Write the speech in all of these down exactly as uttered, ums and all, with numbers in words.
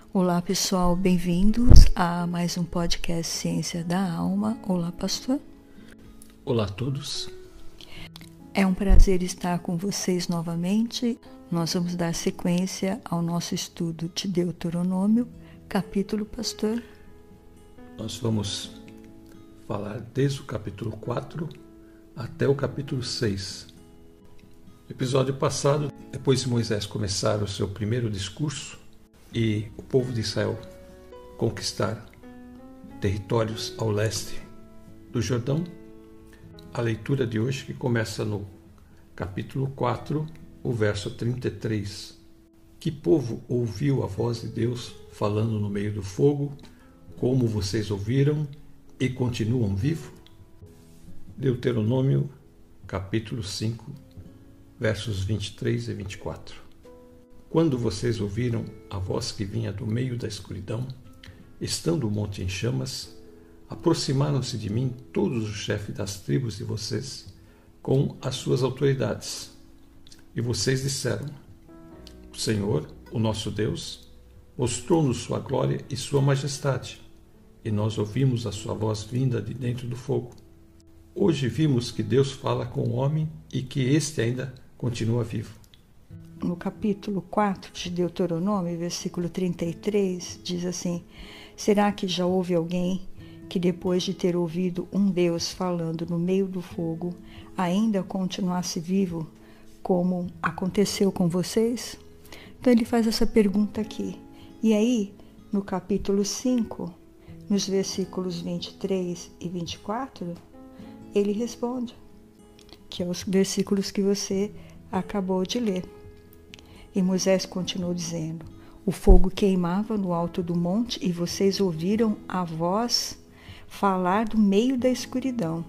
Olá pessoal, bem-vindos a mais um podcast Ciência da Alma. Olá pastor. Olá a todos. É um prazer estar com vocês novamente. Nós vamos dar sequência ao nosso estudo de Deuteronômio, capítulo, pastor. Nós vamos falar desde o capítulo quatro até o capítulo seis. No episódio passado, depois de Moisés começar o seu primeiro discurso e o povo de Israel conquistar territórios ao leste do Jordão, a leitura de hoje que começa no capítulo quatro, o verso trinta e três. Que povo ouviu a voz de Deus falando no meio do fogo, como vocês ouviram e continuam vivo? Deuteronômio, capítulo cinco, versos vinte e três e vinte e quatro. Quando vocês ouviram a voz que vinha do meio da escuridão, estando o monte em chamas, aproximaram-se de mim todos os chefes das tribos de vocês, com as suas autoridades. E vocês disseram: O Senhor, o nosso Deus, mostrou-nos sua glória e sua majestade, e nós ouvimos a sua voz vinda de dentro do fogo. Hoje vimos que Deus fala com o homem e que este ainda continua vivo. No capítulo quatro de Deuteronômio, versículo trinta e três, diz assim: Será que já houve alguém que depois de ter ouvido um Deus falando no meio do fogo, ainda continuasse vivo, como aconteceu com vocês? Então ele faz essa pergunta aqui. E aí, no capítulo cinco, nos versículos vinte e três e vinte e quatro, ele responde, que é os versículos que você acabou de ler. E Moisés continuou dizendo: O fogo queimava no alto do monte e vocês ouviram a voz falar do meio da escuridão.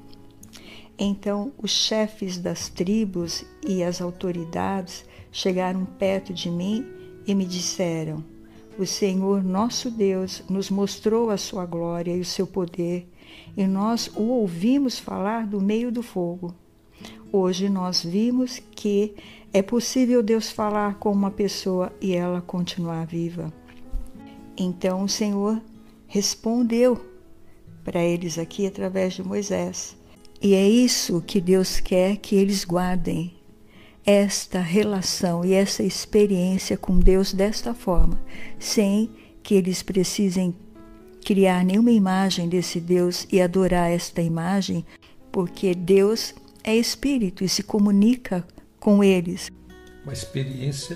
Então os chefes das tribos e as autoridades chegaram perto de mim e me disseram: O Senhor nosso Deus nos mostrou a sua glória e o seu poder, e nós o ouvimos falar do meio do fogo. Hoje nós vimos que é possível Deus falar com uma pessoa e ela continuar viva. Então o Senhor respondeu para eles aqui através de Moisés. E é isso que Deus quer que eles guardem, esta relação e essa experiência com Deus desta forma, sem que eles precisem criar nenhuma imagem desse Deus e adorar esta imagem, porque Deus é espírito e se comunica com eles. Uma experiência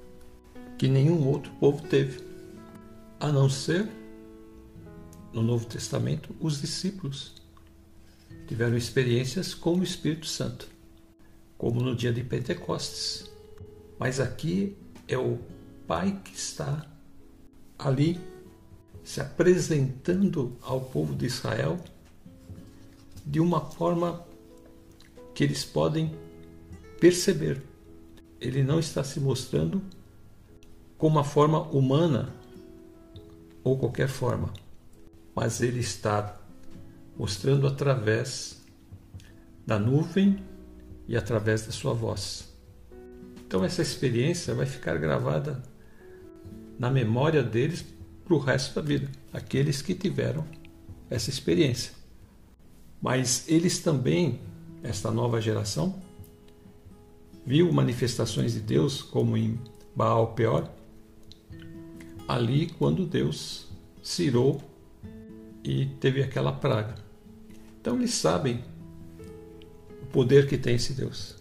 que nenhum outro povo teve, a não ser, no Novo Testamento, os discípulos tiveram experiências com o Espírito Santo, como no dia de Pentecostes. Mas aqui é o Pai que está ali se apresentando ao povo de Israel de uma forma que eles podem perceber. Ele não está se mostrando com uma forma humana ou qualquer forma, mas ele está mostrando através da nuvem e através da sua voz. Então essa experiência vai ficar gravada na memória deles para o resto da vida, aqueles que tiveram essa experiência. Mas eles também, esta nova geração, viu manifestações de Deus, como em Baal-Peor, ali quando Deus se irou e teve aquela praga. Então eles sabem o poder que tem esse Deus.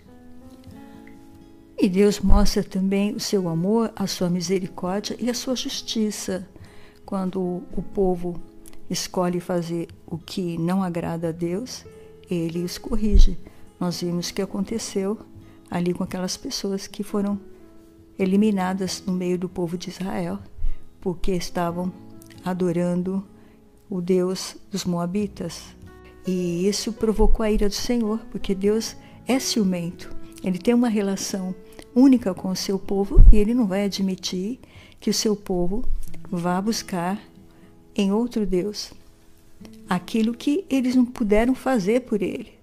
E Deus mostra também o seu amor, a sua misericórdia e a sua justiça. Quando o povo escolhe fazer o que não agrada a Deus, ele os corrige. Nós vimos o que aconteceu ali com aquelas pessoas que foram eliminadas no meio do povo de Israel, porque estavam adorando o Deus dos Moabitas. E isso provocou a ira do Senhor, porque Deus é ciumento. Ele tem uma relação única com o seu povo e ele não vai admitir que o seu povo vá buscar em outro Deus aquilo que eles não puderam fazer por ele,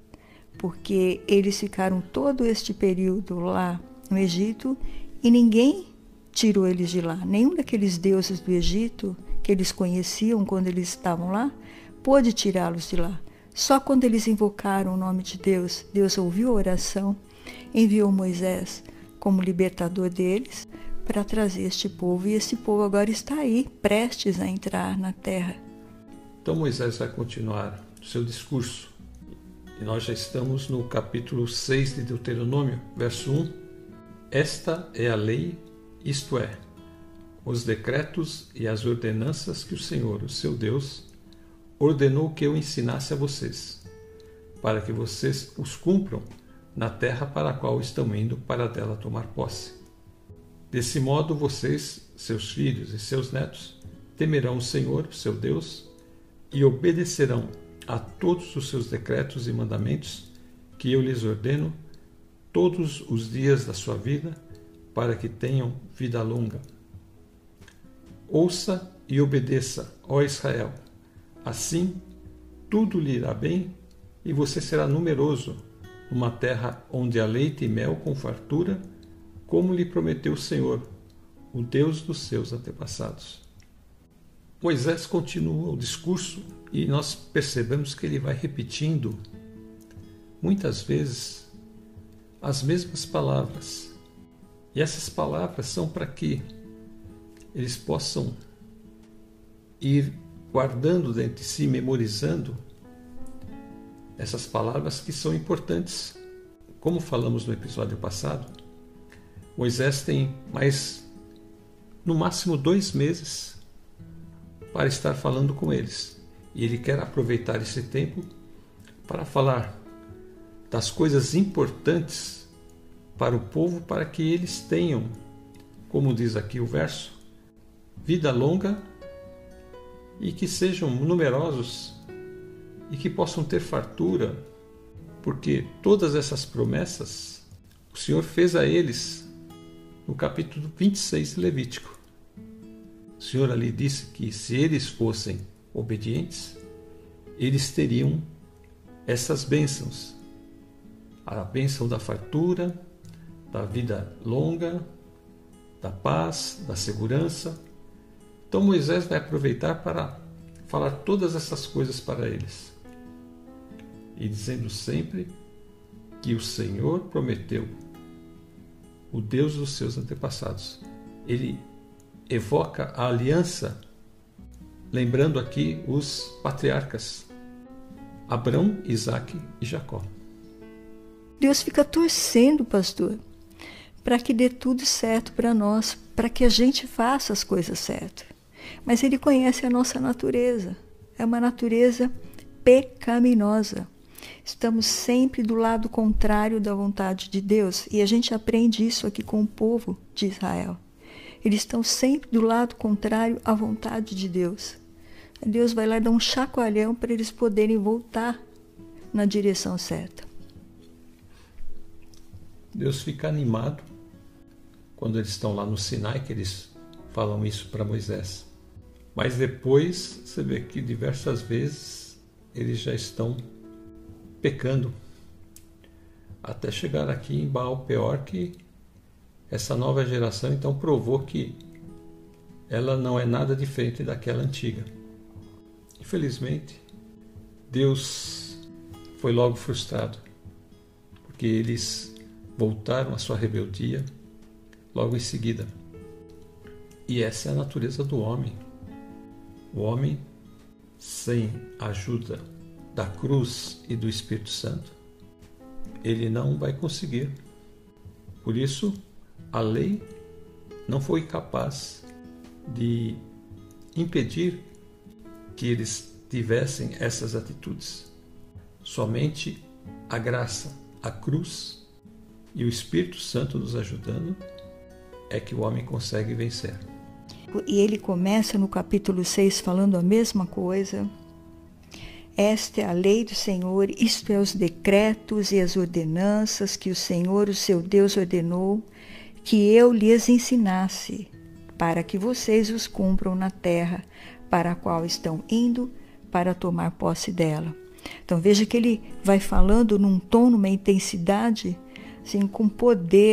porque eles ficaram todo este período lá no Egito e ninguém tirou eles de lá. Nenhum daqueles deuses do Egito que eles conheciam quando eles estavam lá pôde tirá-los de lá. Só quando eles invocaram o nome de Deus, Deus ouviu a oração, enviou Moisés como libertador deles para trazer este povo. E esse povo agora está aí, prestes a entrar na terra. Então Moisés vai continuar o seu discurso. E nós já estamos no capítulo seis de Deuteronômio, verso um. Esta é a lei, isto é, os decretos e as ordenanças que o Senhor, o seu Deus, ordenou que eu ensinasse a vocês, para que vocês os cumpram na terra para a qual estão indo para dela tomar posse. Desse modo vocês, seus filhos e seus netos, temerão o Senhor, seu Deus, e obedecerão a todos os seus decretos e mandamentos que eu lhes ordeno todos os dias da sua vida, para que tenham vida longa. Ouça e obedeça, ó Israel, assim tudo lhe irá bem e você será numeroso numa terra onde há leite e mel com fartura, como lhe prometeu o Senhor, o Deus dos seus antepassados. Moisés continua o discurso e nós percebemos que ele vai repetindo muitas vezes as mesmas palavras. E essas palavras são para que eles possam ir guardando dentro de si, memorizando essas palavras que são importantes. Como falamos no episódio passado, Moisés tem mais, no máximo, dois meses para estar falando com eles. E ele quer aproveitar esse tempo para falar das coisas importantes para o povo, para que eles tenham, como diz aqui o verso, vida longa e que sejam numerosos e que possam ter fartura, porque todas essas promessas o Senhor fez a eles no capítulo vinte e seis de Levítico. O Senhor ali disse que se eles fossem obedientes, eles teriam essas bênçãos. A bênção da fartura, da vida longa, da paz, da segurança. Então Moisés vai aproveitar para falar todas essas coisas para eles. E dizendo sempre que o Senhor prometeu, o Deus dos seus antepassados. Ele evoca a aliança, lembrando aqui os patriarcas, Abrão, Isaque e Jacó. Deus fica torcendo, pastor, para que dê tudo certo para nós, para que a gente faça as coisas certas. Mas Ele conhece a nossa natureza. É uma natureza pecaminosa. Estamos sempre do lado contrário da vontade de Deus. E a gente aprende isso aqui com o povo de Israel. Eles estão sempre do lado contrário à vontade de Deus. Deus vai lá dar um chacoalhão para eles poderem voltar na direção certa. Deus fica animado quando eles estão lá no Sinai, que eles falam isso para Moisés. Mas depois você vê que diversas vezes eles já estão pecando, até chegar aqui em Baal Peor, que essa nova geração então provou que ela não é nada diferente daquela antiga. Infelizmente, Deus foi logo frustrado, porque eles voltaram à sua rebeldia logo em seguida. E essa é a natureza do homem. O homem, sem a ajuda da cruz e do Espírito Santo, ele não vai conseguir. Por isso, a lei não foi capaz de impedir que eles tivessem essas atitudes. Somente a graça, a cruz e o Espírito Santo nos ajudando é que o homem consegue vencer. E ele começa no capítulo seis falando a mesma coisa. Esta é a lei do Senhor, isto é os decretos e as ordenanças que o Senhor, o seu Deus, ordenou que eu lhes ensinasse, para que vocês os cumpram na terra para a qual estão indo para tomar posse dela. Então veja que ele vai falando num tom, numa intensidade, assim, com poder,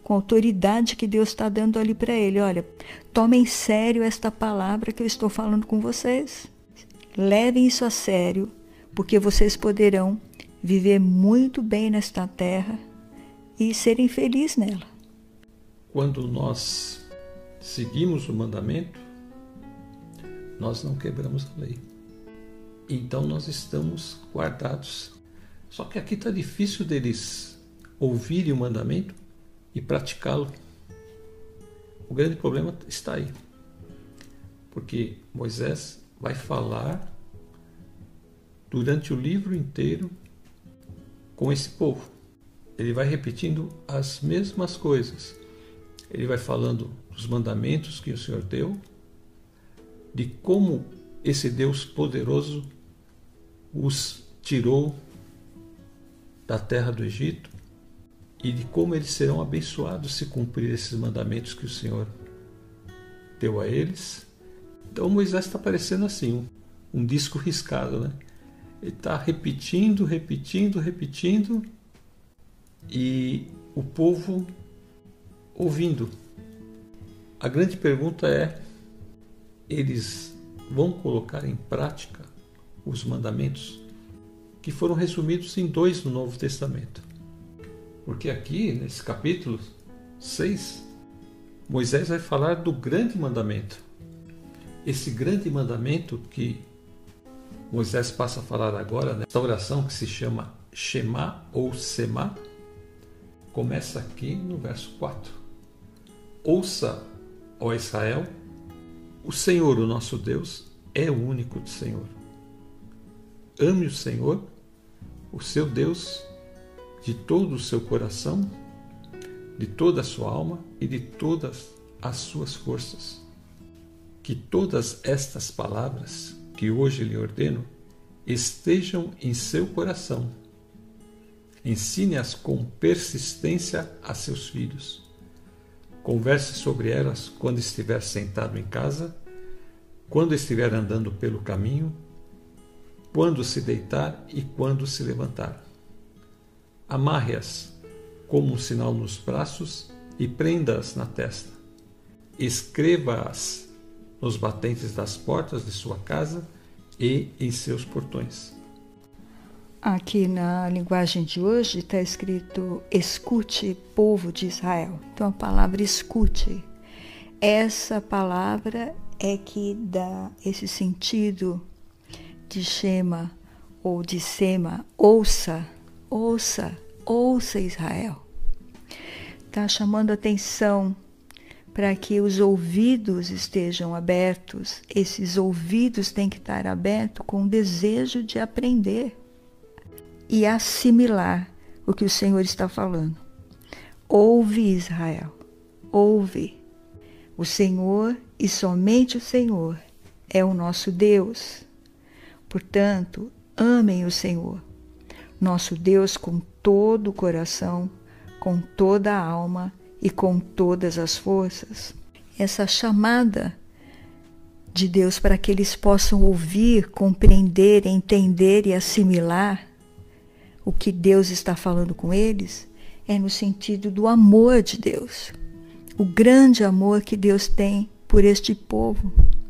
com a autoridade que Deus está dando ali para ele. Olha, tomem sério esta palavra que eu estou falando com vocês. Levem isso a sério, porque vocês poderão viver muito bem nesta terra e serem felizes nela. Quando nós seguimos o mandamento, nós não quebramos a lei. Então nós estamos guardados. Só que aqui está difícil deles ouvirem o mandamento e praticá-lo. O grande problema está aí. Porque Moisés vai falar durante o livro inteiro com esse povo. Ele vai repetindo as mesmas coisas. Ele vai falando dos mandamentos que o Senhor deu, de como esse Deus poderoso os tirou da terra do Egito e de como eles serão abençoados se cumprir esses mandamentos que o Senhor deu a eles. Então Moisés está parecendo assim, um, um disco riscado, né? Ele está repetindo, repetindo, repetindo e o povo ouvindo. A grande pergunta é, eles vão colocar em prática os mandamentos que foram resumidos em dois no Novo Testamento? Porque aqui, nesse capítulo seis, Moisés vai falar do grande mandamento. Esse grande mandamento que Moisés passa a falar agora, nessa oração que se chama Shema ou Semá, começa aqui no verso quatro. Ouça, ó Israel, o Senhor, o nosso Deus, é o único Senhor. Ame o Senhor, o seu Deus, de todo o seu coração, de toda a sua alma e de todas as suas forças. Que todas estas palavras que hoje lhe ordeno estejam em seu coração. Ensine-as com persistência a seus filhos. Converse sobre elas quando estiver sentado em casa, quando estiver andando pelo caminho, quando se deitar e quando se levantar. Amarre-as como um sinal nos braços e prenda-as na testa. Escreva-as nos batentes das portas de sua casa e em seus portões. Aqui na linguagem de hoje está escrito escute, povo de Israel. Então a palavra escute, essa palavra é que dá esse sentido de Shema ou de Sema, ouça, ouça, ouça Israel. Está chamando atenção para que os ouvidos estejam abertos. Esses ouvidos têm que estar abertos com o desejo de aprender e assimilar o que o Senhor está falando. Ouve, Israel, ouve. O Senhor e somente o Senhor é o nosso Deus. Portanto, amem o Senhor, nosso Deus, com todo o coração, com toda a alma e com todas as forças. Essa chamada de Deus para que eles possam ouvir, compreender, entender e assimilar o que Deus está falando com eles, é no sentido do amor de Deus. O grande amor que Deus tem por este povo.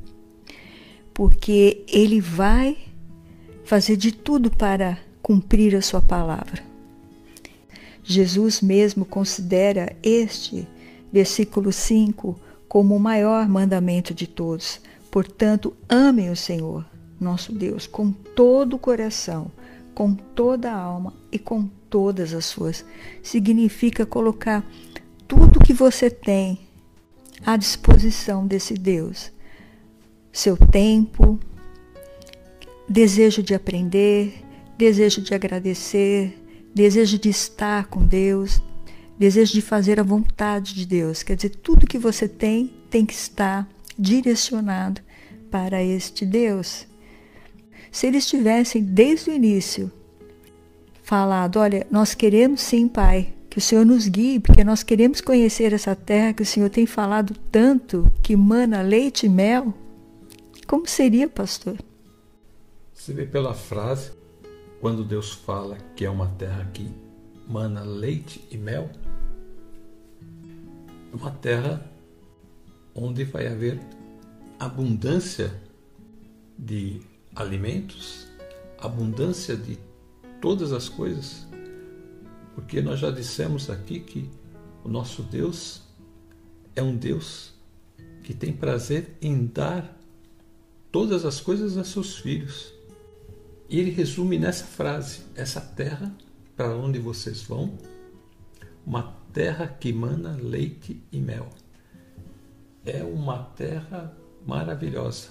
Porque Ele vai fazer de tudo para cumprir a sua palavra. Jesus mesmo considera este versículo cinco como o maior mandamento de todos. Portanto, amem o Senhor, nosso Deus, com todo o coração, com toda a alma e com todas as forças. Significa colocar tudo que você tem à disposição desse Deus. Seu tempo, desejo de aprender, desejo de agradecer, desejo de estar com Deus, desejo de fazer a vontade de Deus. Quer dizer, tudo que você tem, tem que estar direcionado para este Deus. Se eles tivessem, desde o início, falado, olha, nós queremos sim, Pai, que o Senhor nos guie, porque nós queremos conhecer essa terra que o Senhor tem falado tanto, que mana leite e mel. Como seria, pastor? Você vê pela frase, quando Deus fala que é uma terra que mana leite e mel, uma terra onde vai haver abundância de alimentos, abundância de todas as coisas, porque nós já dissemos aqui que o nosso Deus é um Deus que tem prazer em dar todas as coisas a seus filhos. E ele resume nessa frase: essa terra para onde vocês vão, uma terra que mana leite e mel. É uma terra maravilhosa.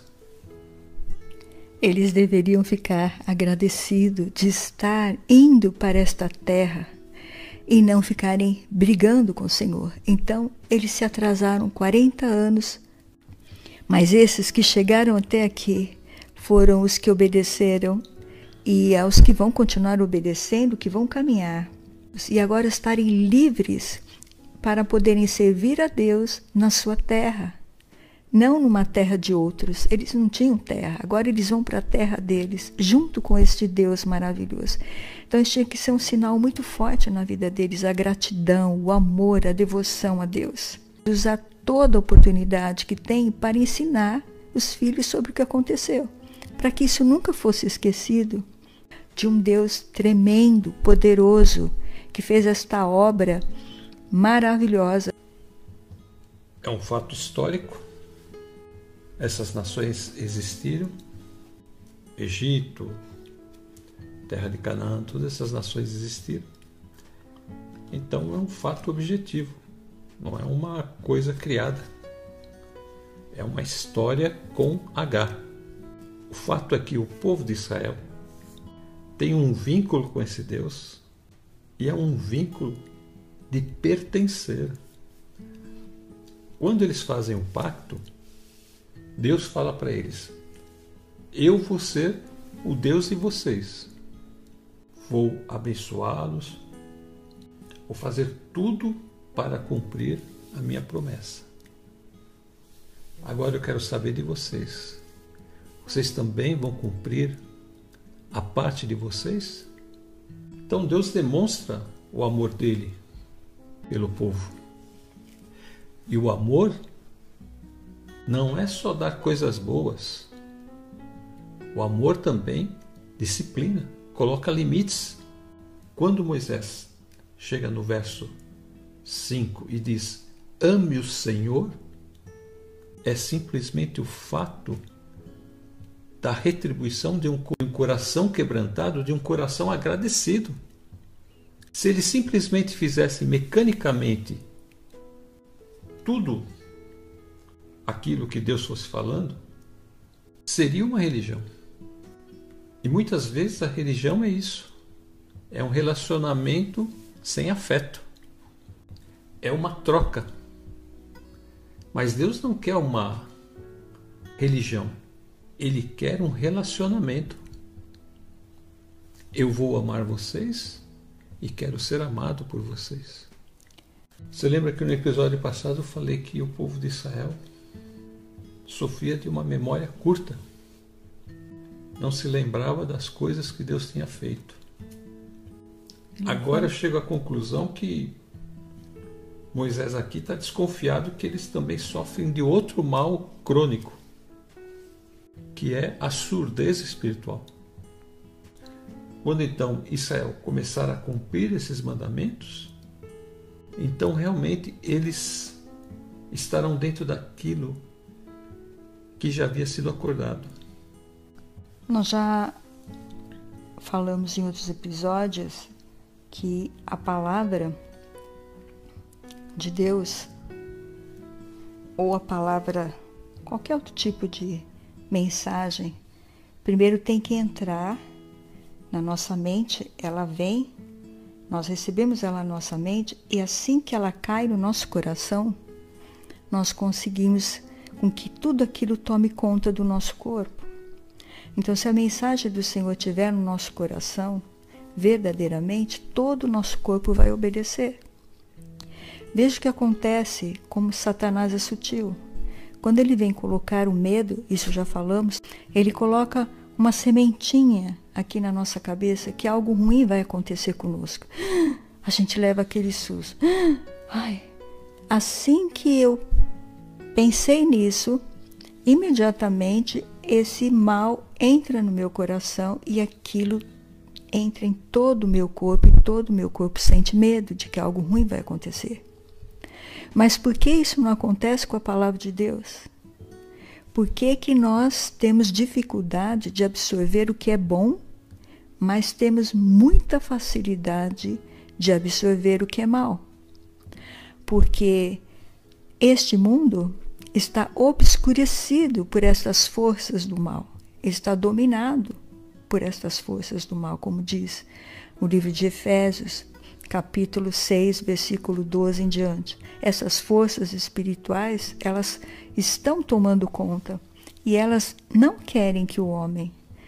Eles deveriam ficar agradecidos de estar indo para esta terra e não ficarem brigando com o Senhor. Então, eles se atrasaram quarenta anos, mas esses que chegaram até aqui foram os que obedeceram, e aos que vão continuar obedecendo, que vão caminhar, e agora estarem livres para poderem servir a Deus na sua terra, não numa terra de outros. Eles não tinham terra, agora eles vão para a terra deles, junto com este Deus maravilhoso. Então isso tinha que ser um sinal muito forte na vida deles, a gratidão, o amor, a devoção a Deus. Usar toda a oportunidade que tem para ensinar os filhos sobre o que aconteceu, para que isso nunca fosse esquecido, de um Deus tremendo, poderoso, que fez esta obra maravilhosa. É um fato histórico. Essas nações existiram. Egito, terra de Canaã, todas essas nações existiram. Então é um fato objetivo, não é uma coisa criada. É uma história com H. O fato é que o povo de Israel tem um vínculo com esse Deus, e é um vínculo de pertencer. Quando eles fazem um pacto, Deus fala para eles: eu vou ser o Deus de vocês, vou abençoá-los, vou fazer tudo para cumprir a minha promessa. Agora eu quero saber de vocês. Vocês também vão cumprir a parte de vocês? Então Deus demonstra o amor dele pelo povo. E o amor não é só dar coisas boas. O amor também disciplina, coloca limites. Quando Moisés chega no verso cinco e diz: ame o Senhor, é simplesmente o fato da retribuição de um coração quebrantado, de um coração agradecido. Se ele simplesmente fizesse mecanicamente tudo aquilo que Deus fosse falando, seria uma religião. E muitas vezes a religião é isso. É um relacionamento sem afeto. É uma troca. Mas Deus não quer uma religião. Ele quer um relacionamento. Eu vou amar vocês e quero ser amado por vocês. Você lembra que no episódio passado eu falei que o povo de Israel sofria de uma memória curta. Não se lembrava das coisas que Deus tinha feito. Agora eu chego à conclusão que Moisés aqui está desconfiado que eles também sofrem de outro mal crônico, que é a surdez espiritual. Quando então Israel começar a cumprir esses mandamentos, então realmente eles estarão dentro daquilo que já havia sido acordado. Nós já falamos em outros episódios que a palavra de Deus, ou a palavra, qualquer outro tipo de mensagem, primeiro tem que entrar na nossa mente. Ela vem, nós recebemos ela na nossa mente, e assim que ela cai no nosso coração, nós conseguimos com que tudo aquilo tome conta do nosso corpo. Então, se a mensagem do Senhor estiver no nosso coração, verdadeiramente, todo o nosso corpo vai obedecer. Veja o que acontece, como Satanás é sutil. Quando ele vem colocar o medo, isso já falamos, ele coloca uma sementinha aqui na nossa cabeça que algo ruim vai acontecer conosco. A gente leva aquele susto. Ai, assim que eu pensei nisso, imediatamente esse mal entra no meu coração e aquilo entra em todo o meu corpo e todo o meu corpo sente medo de que algo ruim vai acontecer. Mas por que isso não acontece com a palavra de Deus? Por que que nós temos dificuldade de absorver o que é bom, mas temos muita facilidade de absorver o que é mal? Porque este mundo está obscurecido por essas forças do mal, está dominado por essas forças do mal, como diz o livro de Efésios, capítulo seis, versículo doze em diante. Essas forças espirituais, elas estão tomando conta e elas não querem que o homem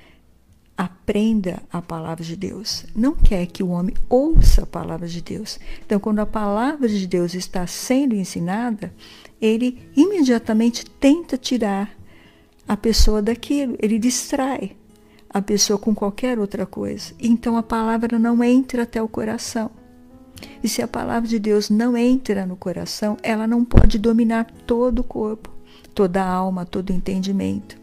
aprenda a palavra de Deus, não quer que o homem ouça a palavra de Deus. Então, quando a palavra de Deus está sendo ensinada, ele imediatamente tenta tirar a pessoa daquilo, ele distrai a pessoa com qualquer outra coisa. Então a palavra não entra até o coração. E se a palavra de Deus não entra no coração, ela não pode dominar todo o corpo, toda a alma, todo o entendimento.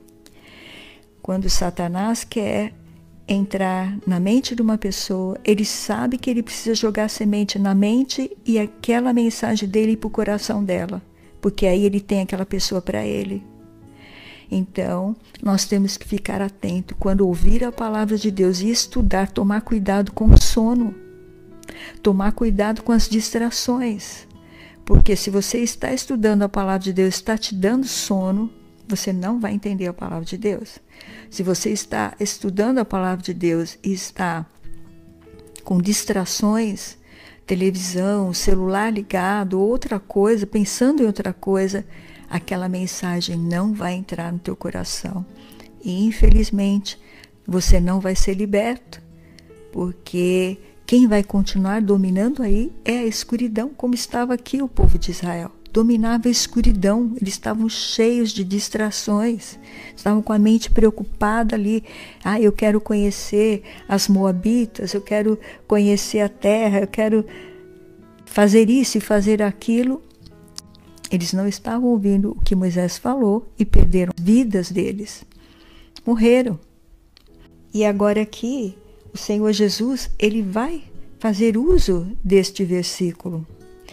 Quando Satanás quer entrar na mente de uma pessoa, ele sabe que ele precisa jogar semente na mente e aquela mensagem dele ir para o coração dela, porque aí ele tem aquela pessoa para ele. Então, nós temos que ficar atento quando ouvir a palavra de Deus e estudar, tomar cuidado com o sono, tomar cuidado com as distrações, porque se você está estudando a palavra de Deus, está te dando sono, você não vai entender a palavra de Deus. Se você está estudando a palavra de Deus e está com distrações, televisão, celular ligado, outra coisa, pensando em outra coisa, aquela mensagem não vai entrar no teu coração. E, infelizmente, você não vai ser liberto, porque quem vai continuar dominando aí é a escuridão, como estava aqui o povo de Israel. Dominava a escuridão, eles estavam cheios de distrações, estavam com a mente preocupada ali. Ah, eu quero conhecer as Moabitas, eu quero conhecer a terra, eu quero fazer isso e fazer aquilo. Eles não estavam ouvindo o que Moisés falou e perderam vidas deles. Morreram. E agora aqui, o Senhor Jesus, ele vai fazer uso deste versículo.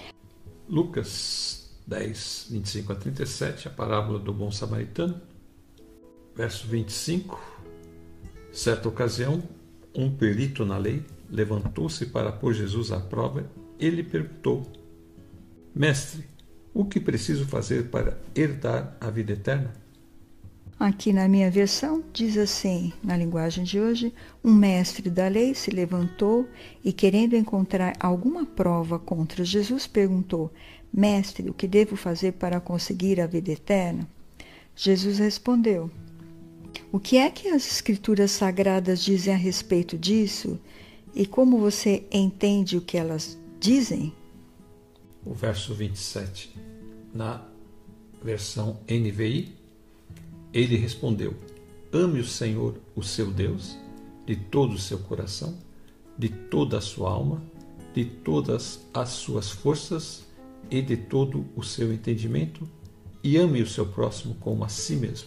Lucas dez, vinte e cinco a trinta e sete, a parábola do bom samaritano. Verso vinte e cinco. Certa ocasião, um perito na lei levantou-se para pôr Jesus à prova e lhe perguntou: Mestre, o que preciso fazer para herdar a vida eterna? Aqui na minha versão diz assim, na linguagem de hoje: um mestre da lei se levantou e, querendo encontrar alguma prova contra Jesus, perguntou: Mestre, o que devo fazer para conseguir a vida eterna? Jesus respondeu: O que é que as Escrituras Sagradas dizem a respeito disso? E como você entende o que elas dizem? O verso vinte e sete, na versão N V I, ele respondeu: Ame o Senhor, o seu Deus, de todo o seu coração, de toda a sua alma, de todas as suas forças e de todo o seu entendimento, e ame o seu próximo como a si mesmo.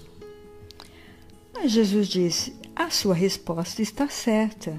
Mas Jesus disse: a sua resposta está certa.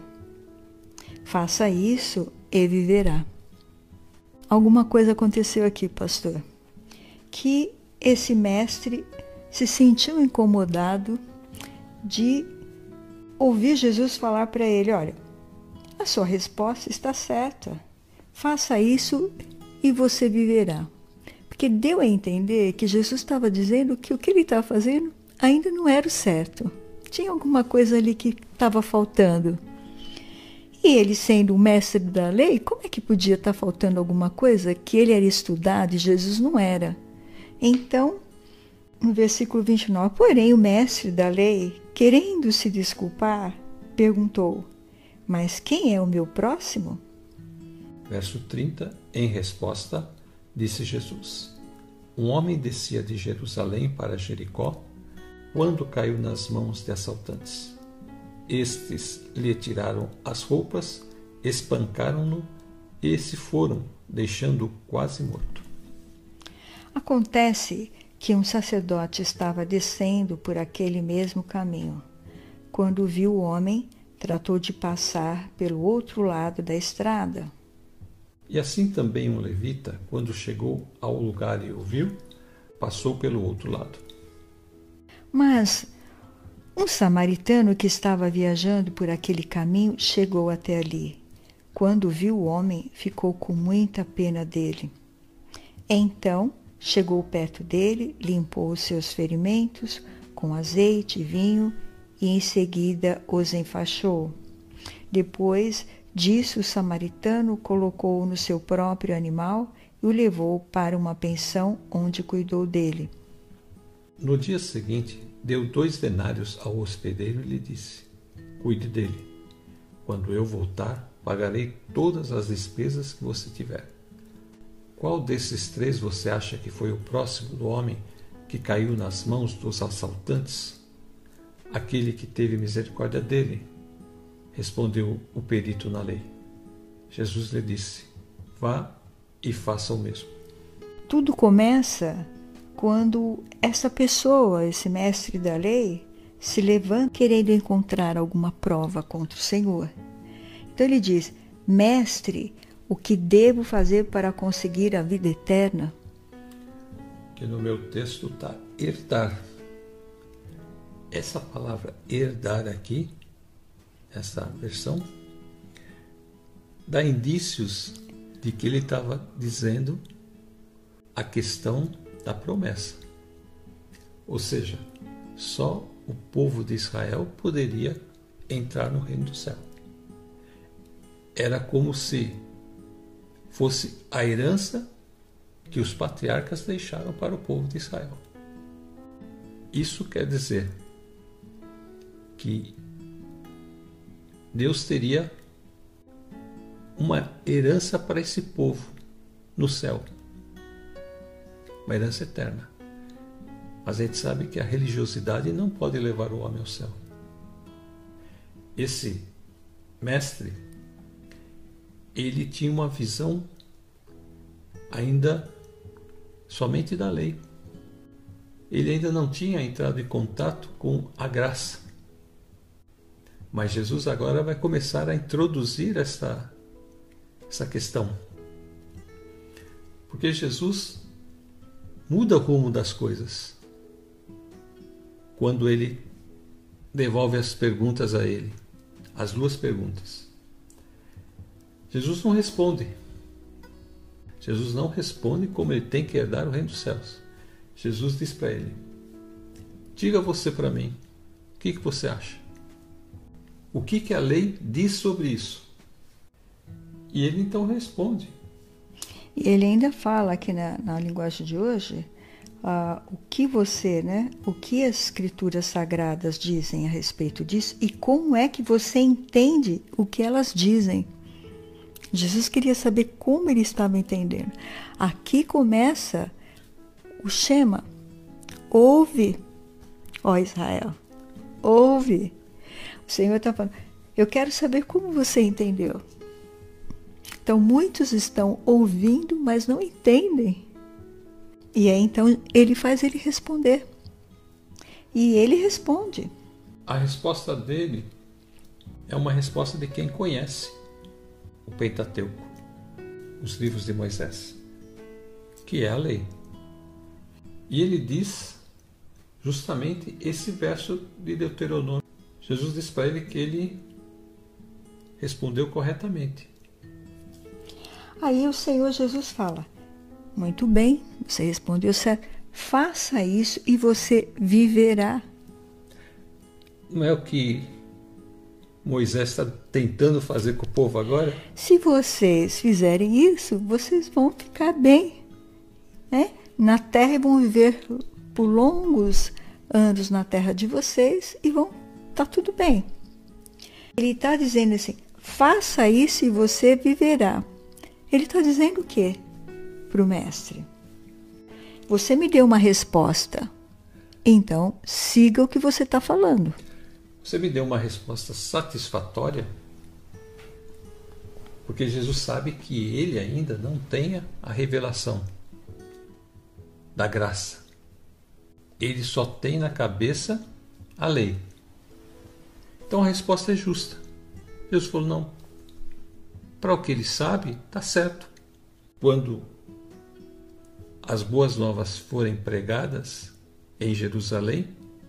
Faça isso e viverá. Alguma coisa aconteceu aqui, pastor, que esse mestre se sentiu incomodado de ouvir Jesus falar para ele: olha, a sua resposta está certa, faça isso e você viverá. Porque deu a entender que Jesus estava dizendo que o que ele estava fazendo ainda não era o certo. Tinha alguma coisa ali que estava faltando. E ele, sendo o mestre da lei, como é que podia estar faltando alguma coisa que ele era estudado e Jesus não era? Então, no versículo vinte e nove, porém o mestre da lei, querendo se desculpar, perguntou: mas quem é o meu próximo? Verso trinta, em resposta, disse Jesus: Um homem descia de Jerusalém para Jericó, quando caiu nas mãos de assaltantes. Estes lhe tiraram as roupas, espancaram-no e se foram, deixando-o quase morto. Acontece que um sacerdote estava descendo por aquele mesmo caminho. Quando viu o homem, tratou de passar pelo outro lado da estrada. E assim também um levita, quando chegou ao lugar e o viu, passou pelo outro lado. Mas um samaritano que estava viajando por aquele caminho chegou até ali. Quando viu o homem, ficou com muita pena dele. Então, chegou perto dele, limpou os seus ferimentos com azeite e vinho e em seguida os enfaixou. Depois disso, o samaritano colocou-o no seu próprio animal e o levou para uma pensão onde cuidou dele. No dia seguinte, deu dois denários ao hospedeiro e lhe disse: cuide dele. Quando eu voltar, pagarei todas as despesas que você tiver. Qual desses três você acha que foi o próximo do homem que caiu nas mãos dos assaltantes? Aquele que teve misericórdia dele, respondeu o perito na lei. Jesus lhe disse: vá e faça o mesmo. Tudo começa quando essa pessoa, esse mestre da lei, se levanta querendo encontrar alguma prova contra o Senhor. Então ele diz: mestre, o que devo fazer para conseguir a vida eterna? Que no meu texto está herdar. Essa palavra herdar aqui, essa versão, dá indícios de que ele estava dizendo a questão da promessa. Ou seja, só o povo de Israel poderia entrar no reino do céu. Era como se fosse a herança que os patriarcas deixaram para o povo de Israel. Isso quer dizer que Deus teria uma herança para esse povo no céu, uma herança eterna. Mas a gente sabe que a religiosidade não pode levar o homem ao céu. Esse mestre, ele tinha uma visão ainda somente da lei. Ele ainda não tinha entrado em contato com a graça. Mas Jesus agora vai começar a introduzir essa, essa questão. Porque Jesus muda o rumo das coisas quando ele devolve as perguntas a ele, as duas perguntas. Jesus não responde. Jesus não responde como ele tem que herdar o reino dos céus. Jesus diz para ele: diga você para mim, o que, que você acha? O que, que a lei diz sobre isso? E ele então responde. E ele ainda fala aqui na, na linguagem de hoje, uh, o que você, né, o que as escrituras sagradas dizem a respeito disso e como é que você entende o que elas dizem. Jesus queria saber como ele estava entendendo. Aqui começa o Shema. Ouve, ó Israel, ouve. O Senhor está falando, eu quero saber como você entendeu. Então, muitos estão ouvindo, mas não entendem. E aí, então, ele faz ele responder. E ele responde. A resposta dele é uma resposta de quem conhece o Pentateuco, os livros de Moisés, que é a lei. E ele diz justamente esse verso de Deuteronômio. Jesus diz para ele que ele respondeu corretamente. Aí o Senhor Jesus fala, muito bem, você respondeu certo, faça isso e você viverá. Não é o que Moisés está tentando fazer com o povo agora? Se vocês fizerem isso, vocês vão ficar bem, né? Na terra, vão viver por longos anos na terra de vocês e vão estar tudo bem. Ele está dizendo assim, faça isso e você viverá. Ele está dizendo o quê para o mestre? Você me deu uma resposta, então siga o que você está falando. Você me deu uma resposta satisfatória, porque Jesus sabe que ele ainda não tenha a revelação. da graça. Ele só tem na cabeça a lei. Então a resposta é justa. Jesus falou, não. Para o que ele sabe, está certo. Quando as boas novas forem pregadas em Jerusalém,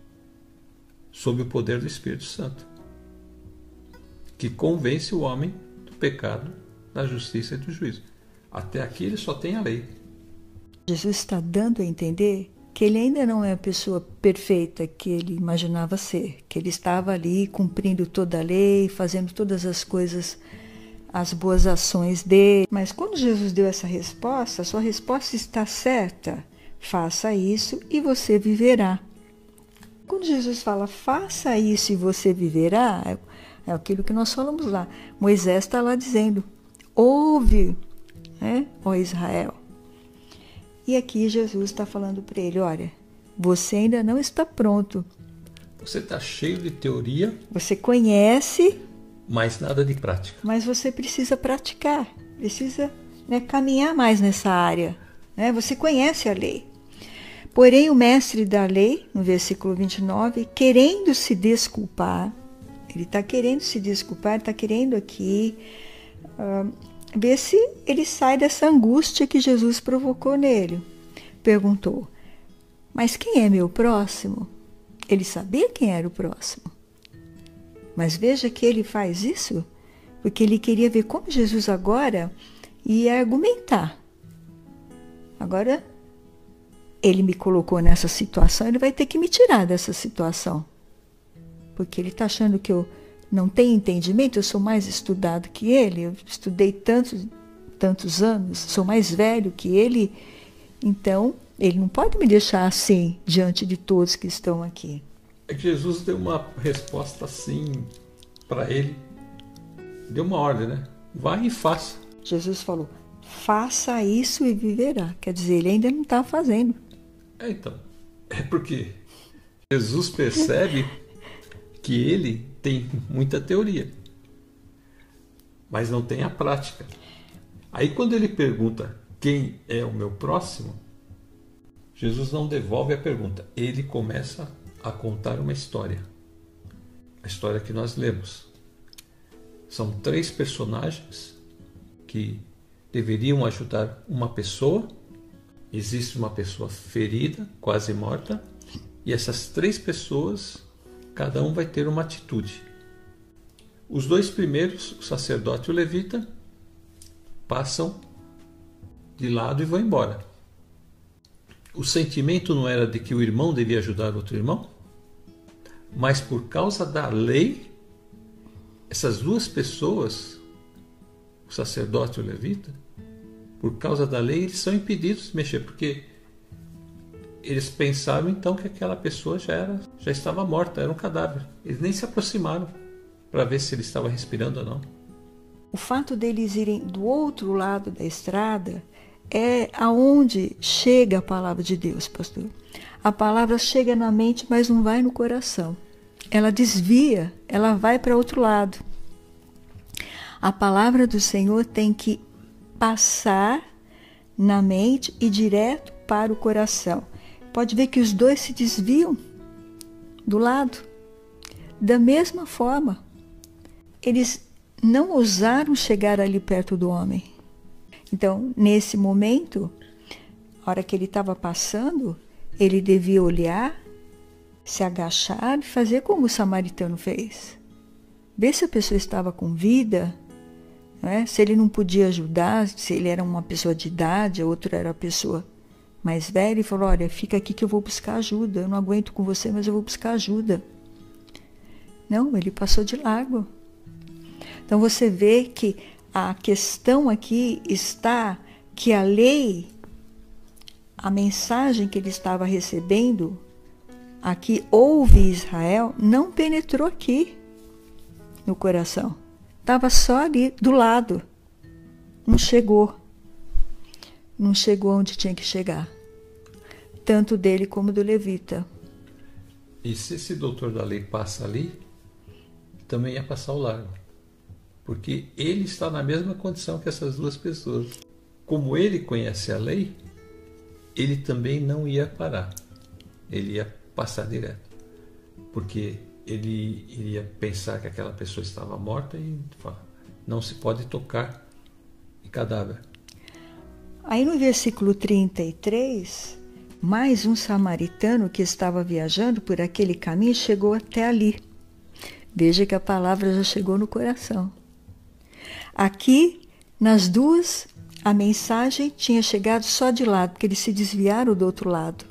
sob o poder do Espírito Santo, que convence o homem do pecado, da justiça e do juízo. Até aqui ele só tem a lei. Jesus está dando a entender que ele ainda não é a pessoa perfeita que ele imaginava ser, que ele estava ali cumprindo toda a lei, fazendo todas as coisas, as boas ações dele. Mas quando Jesus deu essa resposta, a sua resposta está certa. Faça isso e você viverá. Quando Jesus fala, faça isso e você viverá, é, é aquilo que nós falamos lá. Moisés está lá dizendo, ouve, né, ó Israel. E aqui Jesus está falando para ele, olha, você ainda não está pronto. Você está cheio de teoria. Você conhece. Mas nada de prática. Mas você precisa praticar, precisa, né, caminhar mais nessa área. Né? Você conhece a lei. Porém, o mestre da lei, no versículo vinte e nove, querendo se desculpar, ele está querendo se desculpar, está querendo aqui uh, ver se ele sai dessa angústia que Jesus provocou nele. Perguntou, mas quem é meu próximo? Ele sabia quem era o próximo. Mas veja que ele faz isso porque ele queria ver como Jesus agora ia argumentar. Agora, ele me colocou nessa situação, ele vai ter que me tirar dessa situação. Porque ele está achando que eu não tenho entendimento, eu sou mais estudado que ele, eu estudei tantos, tantos anos, sou mais velho que ele, então ele não pode me deixar assim diante de todos que estão aqui. É que Jesus deu uma resposta assim para ele, deu uma ordem, né? Vai e faça. Jesus falou, faça isso e viverá. Quer dizer, ele ainda não está fazendo. É, então, é porque Jesus percebe que ele tem muita teoria, mas não tem a prática. Aí quando ele pergunta quem é o meu próximo, Jesus não devolve a pergunta, ele começa a contar uma história. A história que nós lemos. São três personagens que deveriam ajudar uma pessoa. Existe uma pessoa ferida, quase morta, e essas três pessoas, cada um vai ter uma atitude. Os dois primeiros, o sacerdote e o levita, passam de lado e vão embora. O sentimento não era de que o irmão devia ajudar outro irmão, mas por causa da lei, essas duas pessoas, o sacerdote e o levita, por causa da lei, eles são impedidos de mexer, porque eles pensaram então que aquela pessoa já, era, já estava morta, era um cadáver. Eles nem se aproximaram para ver se ele estava respirando ou não. O fato deles irem do outro lado da estrada é aonde chega a palavra de Deus, pastor. A palavra chega na mente, mas não vai no coração. Ela desvia, ela vai para outro lado. A palavra do Senhor tem que passar na mente e direto para o coração. Pode ver que os dois se desviam do lado. Da mesma forma, eles não ousaram chegar ali perto do homem. Então, nesse momento, a hora que ele estava passando, ele devia olhar, se agachar e fazer como o samaritano fez. Ver se a pessoa estava com vida, né? Se ele não podia ajudar, se ele era uma pessoa de idade, a outra era a pessoa mais velha, e falou, olha, fica aqui que eu vou buscar ajuda, eu não aguento com você, mas eu vou buscar ajuda. Não, ele passou de largo. Então você vê que a questão aqui está que a lei, a mensagem que ele estava recebendo, aqui, ouve Israel, não penetrou aqui no coração. Estava só ali, do lado. Não chegou. Não chegou onde tinha que chegar. Tanto dele como do levita. E se esse doutor da lei passa ali, também ia passar ao largo. Porque ele está na mesma condição que essas duas pessoas. Como ele conhece a lei, ele também não ia parar. Ele ia passar direto. Porque ele iria pensar que aquela pessoa estava morta e falar, não se pode tocar em cadáver. Aí no versículo trinta e três, mais um samaritano que estava viajando por aquele caminho chegou até ali. Veja que a palavra já chegou no coração. Aqui, nas duas, a mensagem tinha chegado só de lado, porque eles se desviaram do outro lado.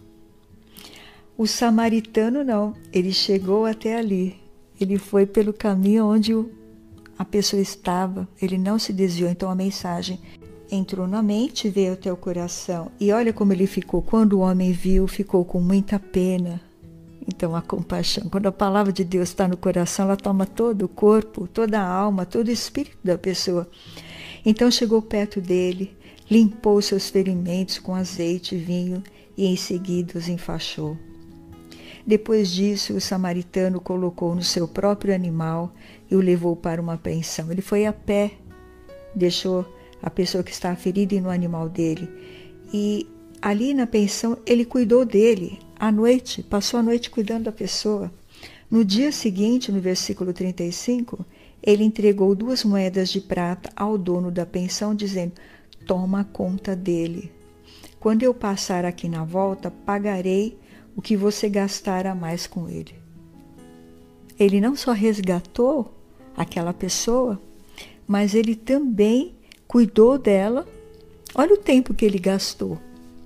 O samaritano não, ele chegou até ali. Ele foi pelo caminho onde a pessoa estava, ele não se desviou. Então a mensagem entrou na mente, veio até o coração. E olha como ele ficou. Quando o homem viu, ficou com muita pena. Então a compaixão, quando a palavra de Deus está no coração, ela toma todo o corpo, toda a alma, todo o espírito da pessoa. Então chegou perto dele, limpou seus ferimentos com azeite e vinho e em seguida os enfaixou. Depois disso, o samaritano o colocou no seu próprio animal e o levou para uma pensão. Ele foi a pé, deixou a pessoa que estava ferida no animal dele. E ali na pensão, ele cuidou dele à noite, passou a noite cuidando da pessoa. No dia seguinte, no versículo trinta e cinco, ele entregou duas moedas de prata ao dono da pensão, dizendo, toma conta dele. Quando eu passar aqui na volta, pagarei o que você gastar a mais com ele. Ele não só resgatou aquela pessoa, mas ele também cuidou dela. Olha o tempo que ele gastou.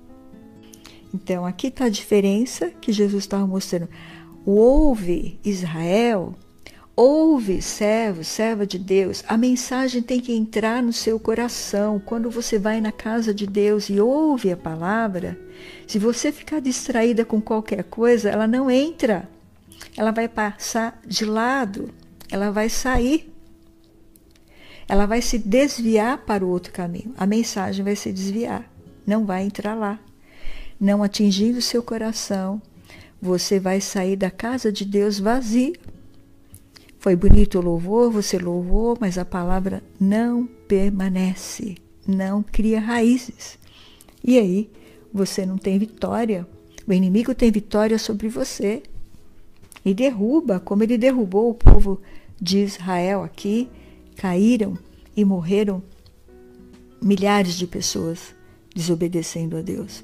Então, aqui está a diferença que Jesus estava mostrando. Ouve, Israel, ouve, servo, serva de Deus. A mensagem tem que entrar no seu coração. Quando você vai na casa de Deus e ouve a palavra, se você ficar distraída com qualquer coisa, ela não entra. Ela vai passar de lado, ela vai sair. Ela vai se desviar para o outro caminho. A mensagem vai se desviar, não vai entrar lá. Não atingindo o seu coração, você vai sair da casa de Deus vazio. Foi bonito o louvor, você louvou, mas a palavra não permanece, não cria raízes. E aí, você não tem vitória. O inimigo tem vitória sobre você. E derruba, como ele derrubou o povo de Israel aqui, caíram e morreram milhares de pessoas desobedecendo a Deus.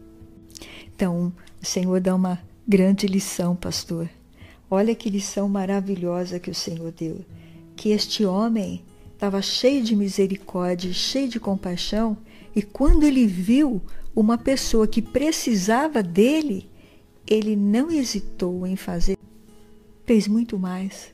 Então, o Senhor dá uma grande lição, pastor. Olha que lição maravilhosa que o Senhor deu. Que este homem estava cheio de misericórdia, cheio de compaixão, e quando ele viu uma pessoa que precisava dele, ele não hesitou em fazer, fez muito mais.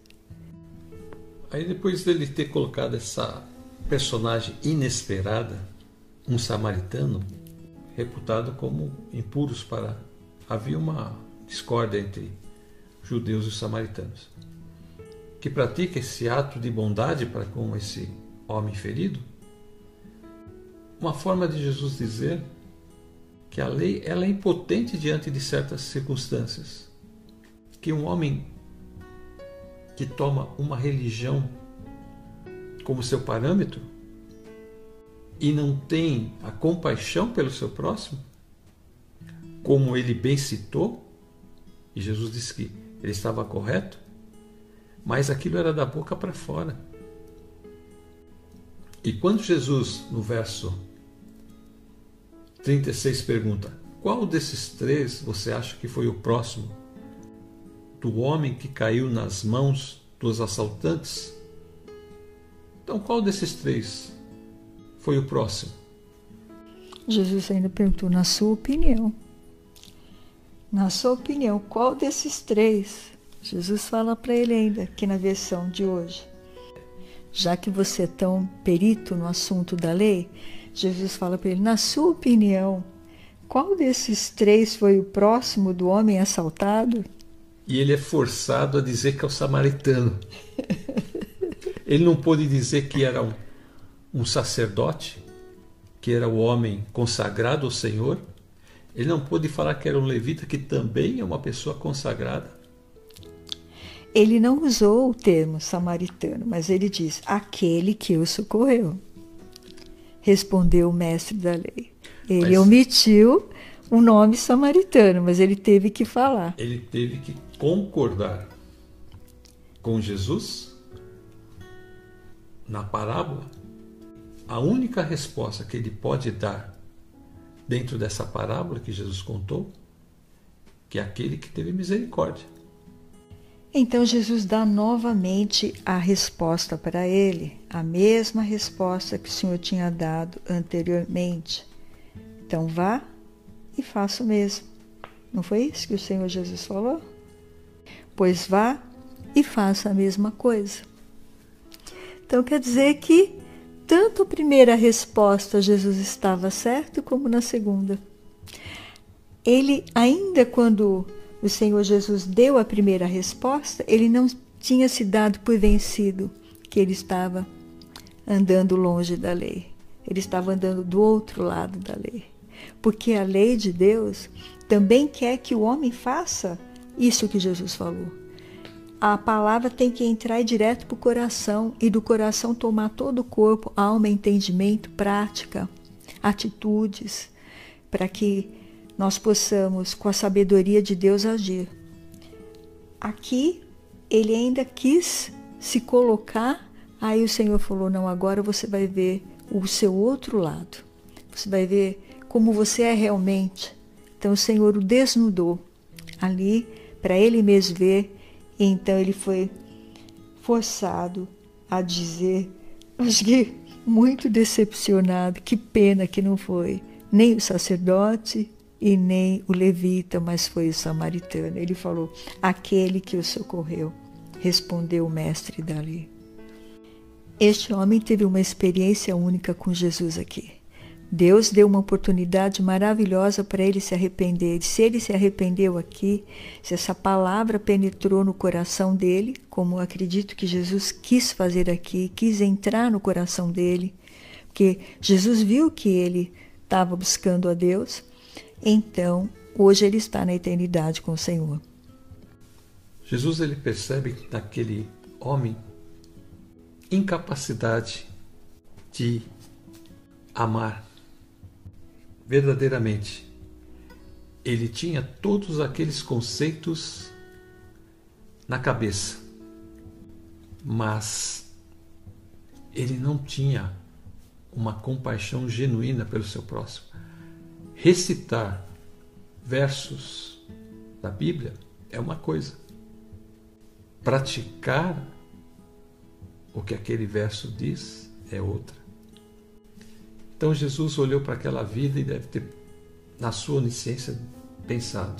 Aí depois dele ter colocado essa personagem inesperada, um samaritano, reputado como impuros para... Havia uma discórdia entre judeus e os samaritanos, que pratica esse ato de bondade para com esse homem ferido. Uma forma de Jesus dizer que a lei ela é impotente diante de certas circunstâncias, que um homem que toma uma religião como seu parâmetro e não tem a compaixão pelo seu próximo, como ele bem citou, e Jesus disse que ele estava correto, mas aquilo era da boca para fora. E quando Jesus, no verso trinta e seis, pergunta, qual desses três você acha que foi o próximo do homem que caiu nas mãos dos assaltantes? Então, qual desses três foi o próximo? Jesus ainda perguntou, na sua opinião. Na sua opinião, qual desses três? Jesus fala para ele ainda, aqui na versão de hoje. Já que você é tão perito no assunto da lei, Jesus fala para ele, na sua opinião, qual desses três foi o próximo do homem assaltado? E ele é forçado a dizer que é o samaritano. Ele não pôde dizer que era um, um sacerdote, que era o homem consagrado ao Senhor. Ele não pôde falar que era um levita, que também é uma pessoa consagrada. Ele não usou o termo samaritano, mas ele diz, aquele que o socorreu. Respondeu o mestre da lei. Ele mas... omitiu o nome samaritano, mas ele teve que falar. Ele teve que concordar com Jesus na parábola. A única resposta que ele pode dar dentro dessa parábola que Jesus contou, que é aquele que teve misericórdia. Então Jesus dá novamente a resposta para ele, a mesma resposta que o Senhor tinha dado anteriormente. Então vá e faça o mesmo. Não foi isso que o Senhor Jesus falou? Pois vá e faça a mesma coisa. Então quer dizer que tanto a primeira resposta Jesus estava certo, como na segunda. Ele, ainda quando o Senhor Jesus deu a primeira resposta, ele não tinha se dado por vencido, que ele estava andando longe da lei. Ele estava andando do outro lado da lei. Porque a lei de Deus também quer que o homem faça isso que Jesus falou. A palavra tem que entrar direto para o coração e do coração tomar todo o corpo, alma, entendimento, prática, atitudes, para que nós possamos, com a sabedoria de Deus, agir. Aqui, ele ainda quis se colocar, aí o Senhor falou, não, agora você vai ver o seu outro lado. Você vai ver como você é realmente. Então o Senhor o desnudou ali, para ele mesmo ver, e então ele foi forçado a dizer, acho que muito decepcionado, que pena que não foi nem o sacerdote, e nem o levita, mas foi o samaritano. Ele falou, aquele que o socorreu, respondeu o mestre da lei. Este homem teve uma experiência única com Jesus aqui. Deus deu uma oportunidade maravilhosa para ele se arrepender. Se ele se arrependeu aqui, se essa palavra penetrou no coração dele, como eu acredito que Jesus quis fazer aqui, quis entrar no coração dele, porque Jesus viu que ele estava buscando a Deus, então, hoje ele está na eternidade com o Senhor. Jesus ele percebe naquele homem incapacidade de amar verdadeiramente. Ele tinha todos aqueles conceitos na cabeça, mas ele não tinha uma compaixão genuína pelo seu próximo. Recitar versos da Bíblia é uma coisa. Praticar o que aquele verso diz é outra. Então Jesus olhou para aquela vida e deve ter, na sua onisciência, pensado.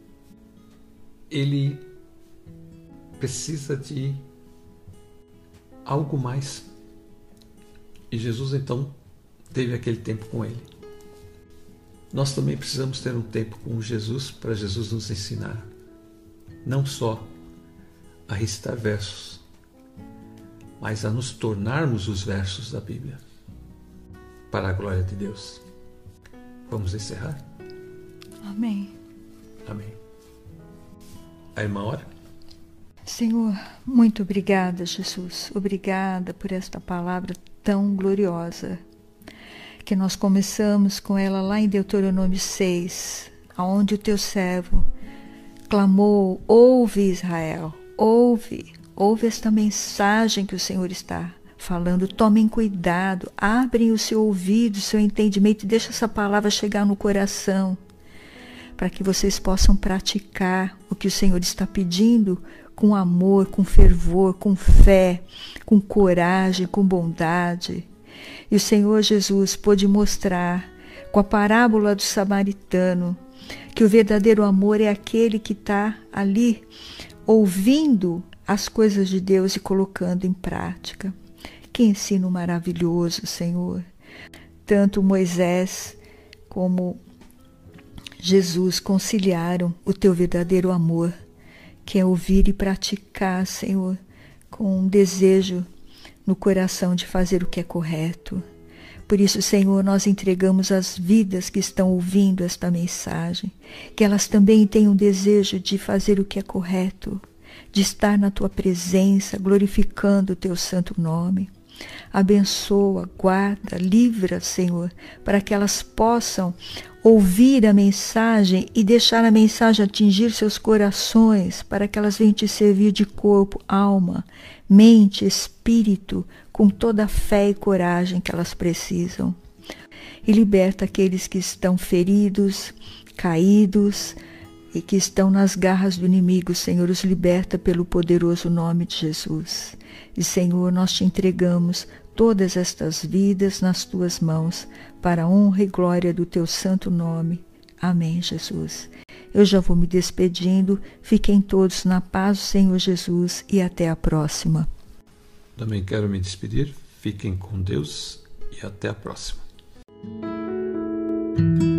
Ele precisa de algo mais. E Jesus então teve aquele tempo com ele. Nós também precisamos ter um tempo com Jesus para Jesus nos ensinar, não só a recitar versos, mas a nos tornarmos os versos da Bíblia, para a glória de Deus. Vamos encerrar? Amém. Amém. A irmã ora. Senhor, muito obrigada, Jesus. Obrigada por esta palavra tão gloriosa, que nós começamos com ela lá em Deuteronômio seis, onde o teu servo clamou, ouve Israel, ouve, ouve esta mensagem que o Senhor está falando, tomem cuidado, abrem o seu ouvido, o seu entendimento, e deixa essa palavra chegar no coração, para que vocês possam praticar o que o Senhor está pedindo com amor, com fervor, com fé, com coragem, com bondade. E o Senhor Jesus pôde mostrar, com a parábola do samaritano, que o verdadeiro amor é aquele que está ali, ouvindo as coisas de Deus e colocando em prática. Que ensino maravilhoso, Senhor. Tanto Moisés como Jesus conciliaram o teu verdadeiro amor, que é ouvir e praticar, Senhor, com um desejo no coração de fazer o que é correto. Por isso, Senhor, nós entregamos as vidas que estão ouvindo esta mensagem, que elas também tenham desejo de fazer o que é correto, de estar na tua presença, glorificando o teu santo nome. Abençoa, guarda, livra, Senhor, para que elas possam ouvir a mensagem e deixar a mensagem atingir seus corações, para que elas venham te servir de corpo, alma, mente, espírito, com toda a fé e coragem que elas precisam. E liberta aqueles que estão feridos, caídos e que estão nas garras do inimigo. Senhor, os liberta pelo poderoso nome de Jesus. E, Senhor, nós te entregamos todas estas vidas nas tuas mãos, para a honra e glória do teu santo nome. Amém, Jesus. Eu já vou me despedindo. Fiquem todos na paz do Senhor Jesus e até a próxima. Também quero me despedir. Fiquem com Deus e até a próxima.